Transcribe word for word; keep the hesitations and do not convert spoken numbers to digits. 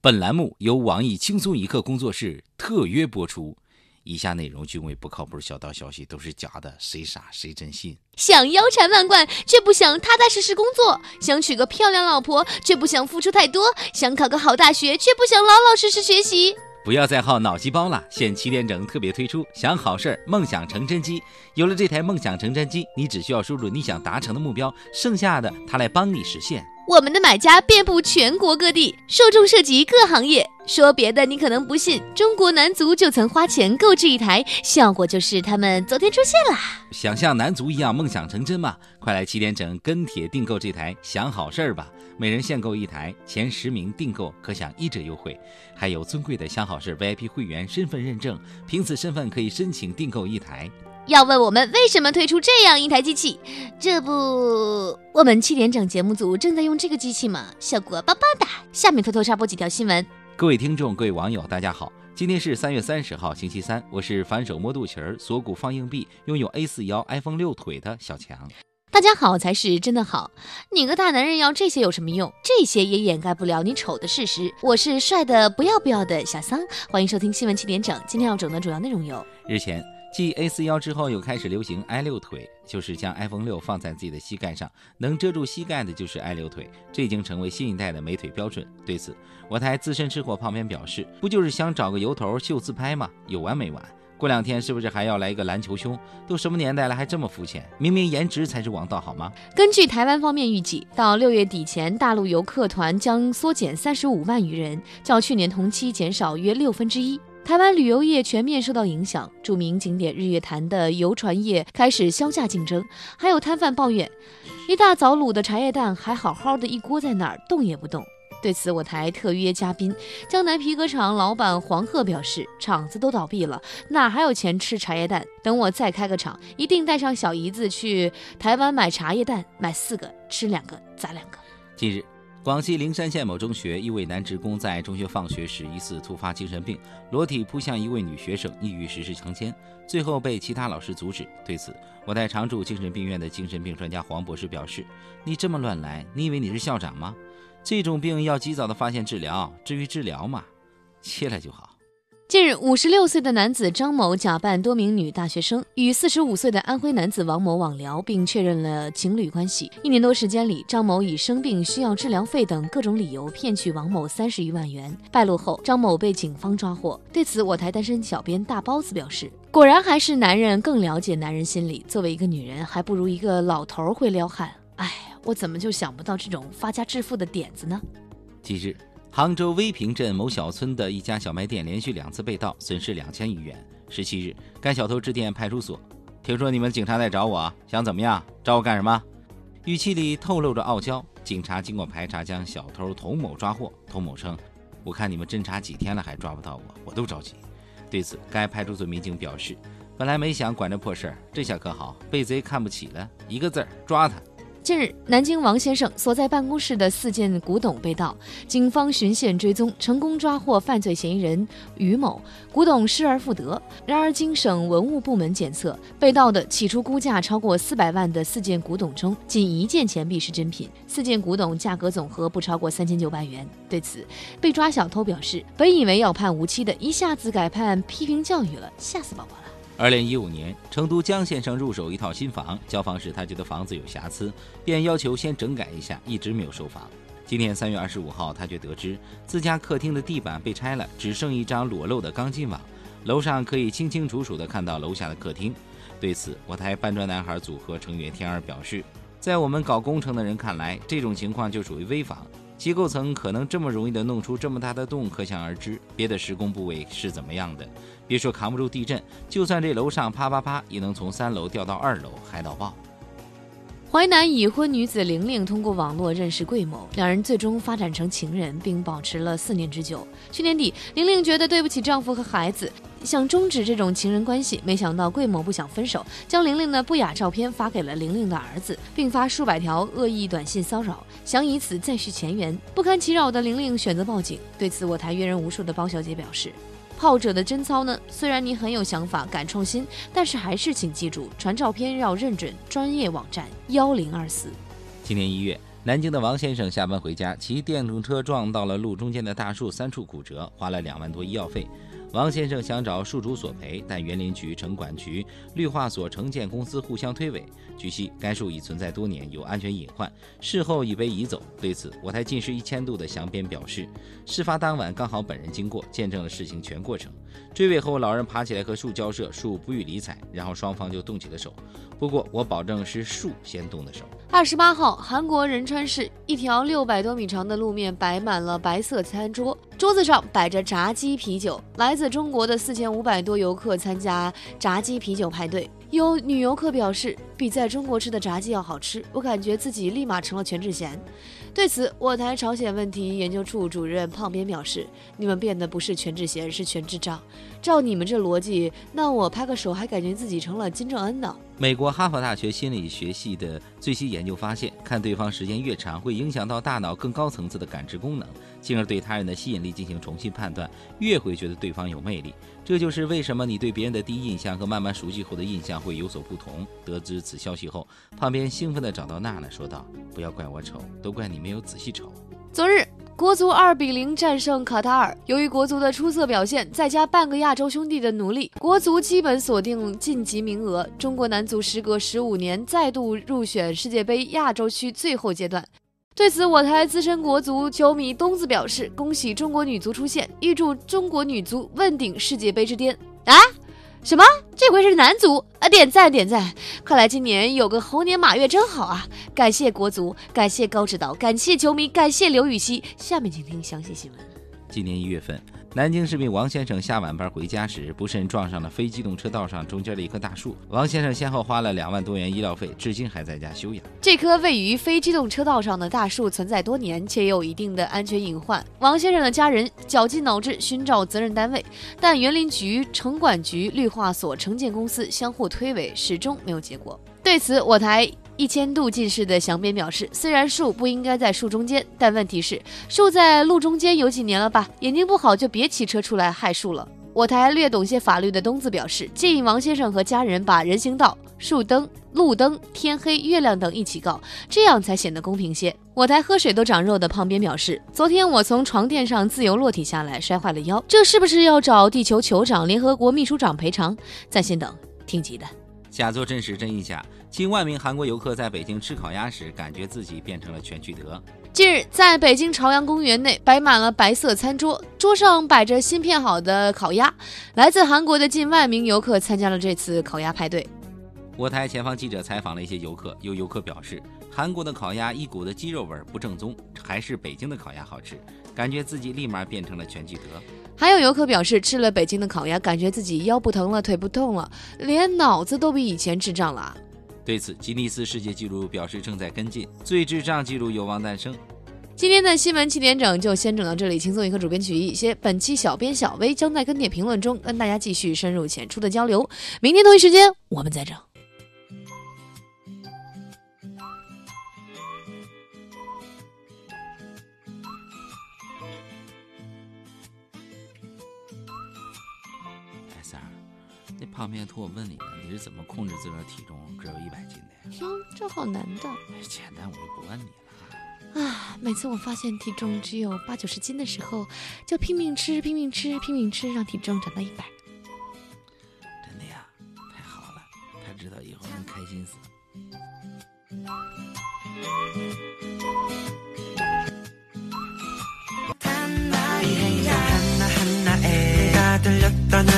本栏目由网易轻松一刻工作室特约播出，以下内容均为不靠谱小道消息，都是假的，谁傻谁真信。 想腰缠万贯却不想踏踏实实工作，想娶个漂亮老婆却不想付出太多，想考个好大学却不想老老实实学习。 不要再耗脑细胞了，现七点整特别推出想好事儿梦想成真机。有了这台梦想成真机，你只需要输入你想达成的目标，剩下的它来帮你实现。 我们的买家遍布全国各地，受众涉及各行业。说别的你可能不信，中国男足就曾花钱购置一台，效果就是他们昨天出现了。 想像男足一样梦想成真吗？快来七点整跟帖订购这台想好事儿吧，每人限购一台，前十名订购可享一折优惠，还有尊贵的想好事 V I P 会员身份认证，凭此身份可以申请订购一台。 要问我们为什么推出这样一台机器，这不，我们七点整节目组正在用这个机器嘛，效果棒棒的。下面偷偷插播几条新闻。 各位听众，各位网友，大家好，今天是三月三十号星期三，我是反手摸肚脐儿锁骨放硬币，拥有 A 四 腰 iPhone 六腿的小强。 大家好才是真的好，你个大男人要这些有什么用？这些也掩盖不了你丑的事实。我是帅的不要不要的小桑，欢迎收听新闻七点整。今天要整的主要内容有： 日前继 A 四 腰之后，又开始流行 I 六腿，就是将 iPhone 六放在自己的膝盖上，能遮住膝盖的就是 I 六腿，这已经成为新一代的美腿标准。对此，我台资深吃货泡面表示，不就是想找个由头秀自拍吗？有完没完？过两天是不是还要来一个篮球胸？都什么年代了还这么肤浅？明明颜值才是王道好吗？ 根据台湾方面预计，到六月底前，大陆游客团将缩减三十五万余人，较去年同期减少约六分之一。台湾旅游业全面受到影响，著名景点日月潭的游船业开始销价竞争，还有摊贩抱怨，一大早卤的茶叶蛋还好好的一锅在那儿动也不动。对此，我台特约嘉宾江南皮革厂老板黄鹤表示，厂子都倒闭了，哪还有钱吃茶叶蛋？等我再开个厂，一定带上小姨子去台湾买茶叶蛋，买四个吃两个砸两个。 近日，广西灵山县某中学一位男职工在中学放学时疑似突发精神病，裸体扑向一位女学生，意欲实施强奸，最后被其他老师阻止。对此，我台常驻精神病院的精神病专家黄博士表示，你这么乱来，你以为你是校长吗？这种病要及早的发现治疗，至于治疗嘛，切了就好。 近日，五十六岁的男子张某假扮多名女大学生，与四十五岁的安徽男子王某网聊，并确认了情侣关系。一年多时间里，张某以生病需要治疗费等各种理由骗取王某三十余万元。败露后，张某被警方抓获。对此，我台单身小编大包子表示，果然还是男人更了解男人心理，作为一个女人，还不如一个老头会撩汉。哎，我怎么就想不到这种发家致富的点子呢？ 近日，杭州威平镇某小村的一家小卖店连续两次被盗，损失两千余元。十七日，该小偷致电派出所，听说你们警察在找我，想怎么样？找我干什么？语气里透露着傲娇。警察经过排查，将小偷童某抓获。童某称，我看你们侦查几天了还抓不到我，我都着急。对此，该派出所民警表示，本来没想管这破事儿，这下可好，被贼看不起了，一个字儿，抓他。 近日，南京王先生所在办公室的四件古董被盗，警方循线追踪，成功抓获犯罪嫌疑人于某，古董失而复得。然而，经省文物部门检测，被盗的起初估价超过四百万的四件古董中，仅一件钱币是真品，四件古董价格总和不超过三千九百元。对此，被抓小偷表示，本以为要判无期的，一下子改判批评教育了，吓死宝宝了。 二零一五年，成都江先生入手一套新房，交房时他觉得房子有瑕疵，便要求先整改一下，一直没有收房。今天三月二十五号，他却得知自家客厅的地板被拆了，只剩一张裸露的钢筋网，楼上可以清清楚楚地看到楼下的客厅。对此，我台搬砖男孩组合成员天儿表示，在我们搞工程的人看来，这种情况就属于危房，结构层可能这么容易的弄出这么大的洞，可想而知别的施工部位是怎么样的。别说扛不住地震，就算这楼上啪啪啪，也能从三楼掉到二楼，嗨到爆。 淮南已婚女子玲玲通过网络认识桂某，两人最终发展成情人，并保持了四年之久。去年底，玲玲觉得对不起丈夫和孩子，想终止这种情人关系，没想到桂某不想分手，将玲玲的不雅照片发给了玲玲的儿子，并发数百条恶意短信骚扰，想以此再续前缘。不堪其扰的玲玲选择报警。对此，我台阅人无数的包小姐表示，炮者的贞操呢？虽然你很有想法、敢创新，但是还是请记住，传照片要认准专业网站一零二四。 今年一月， 南京的王先生下班回家，骑电动车撞到了路中间的大树，三处骨折，花了两万多医药费。王先生想找树主索赔，但园林局、城管局、绿化所城建公司互相推诿。据悉，该树已存在多年，有安全隐患，事后已被移走。对此，我台近视一千度的详编表示，事发当晚刚好本人经过，见证了事情全过程。追尾后，老人爬起来和树交涉，树不予理睬，然后双方就动起了手。不过，我保证是树先动的手。 二十八号，韩国仁川市一条六百多米长的路面摆满了白色餐桌，桌子上摆着炸鸡、啤酒。来自中国的四千五百多游客参加炸鸡啤酒派对。有女游客表示，比在中国吃的炸鸡要好吃，我感觉自己立马成了全智贤。对此，我台朝鲜问题研究处主任胖边表示，你们变的不是全智贤，是全智障。照你们这逻辑，那我拍个手还感觉自己成了金正恩呢。 美国哈佛大学心理学系的最新研究发现，看对方时间越长，会影响到大脑更高层次的感知功能，进而对他人的吸引力进行重新判断，越会觉得对方有魅力。这就是为什么你对别人的第一印象和慢慢熟悉后的印象会有所不同。得知此消息后，旁边兴奋地找到娜娜说道：“不要怪我丑，都怪你没有仔细瞅。” 昨日，国足二比零战胜卡塔尔。由于国足的出色表现，再加半个亚洲兄弟的努力，国足基本锁定晋级名额。中国男足时隔十五年再度入选世界杯亚洲区最后阶段。对此，我台资深国足球迷东子表示，恭喜中国女足出现，预祝中国女足问鼎世界杯之巅。啊？什么？这回是男足啊！点赞点赞！看来今年有个猴年马月真好啊！感谢国足，感谢高指导，感谢球迷，感谢刘禹锡。下面请听详细新闻。 今年一月份，南京市民王先生下晚班回家时，不慎撞上了非机动车道上中间的一棵大树。王先生先后花了两万多元医疗费，至今还在家休养。 这棵位于非机动车道上的大树存在多年，且有一定的安全隐患。王先生的家人绞尽脑汁寻找责任单位，但园林局、城管局、绿化所、城建公司相互推诿，始终没有结果。对此，我台一千度近视的详编表示，虽然树不应该在树中间，但问题是树在路中间有几年了吧，眼睛不好就别骑车出来害树了。我台略懂些法律的东子表示，建议王先生和家人把人行道、树灯、路灯、天黑、月亮等一起告，这样才显得公平些。我台喝水都长肉的胖边表示，昨天我从床垫上自由落体下来，摔坏了腰，这是不是要找地球酋长、联合国秘书长赔偿？在线等，挺急的。 假作真实真亦假，近万名韩国游客在北京吃烤鸭时，感觉自己变成了全聚德。 近日，在北京朝阳公园内摆满了白色餐桌，桌上摆着新片好的烤鸭。来自韩国的近万名游客参加了这次烤鸭派对。 我台前方记者采访了一些游客，有游客表示，韩国的烤鸭一股的鸡肉味不正宗，还是北京的烤鸭好吃，感觉自己立马变成了全聚德。 还有游客表示，吃了北京的烤鸭，感觉自己腰不疼了，腿不痛了，连脑子都比以前智障了。 对此，吉尼斯世界纪录表示正在跟进，最智障纪录有望诞生。 今天的新闻七点整就先整到这里，轻松一刻主编曲一些。本期小编小薇将在跟帖评论中跟大家继续深入浅出的交流。明天同一时间我们再整。 三儿，那胖面图我问你了，你是怎么控制自个儿体重只有一百斤的呀？ 嗯，这好难的。 简单，我就不问你了。 啊，每次我发现体重只有八九十斤的时候，就拼命吃，拼命吃，拼命吃，让体重长到一百。 真的呀，太好了，他知道以后能开心死。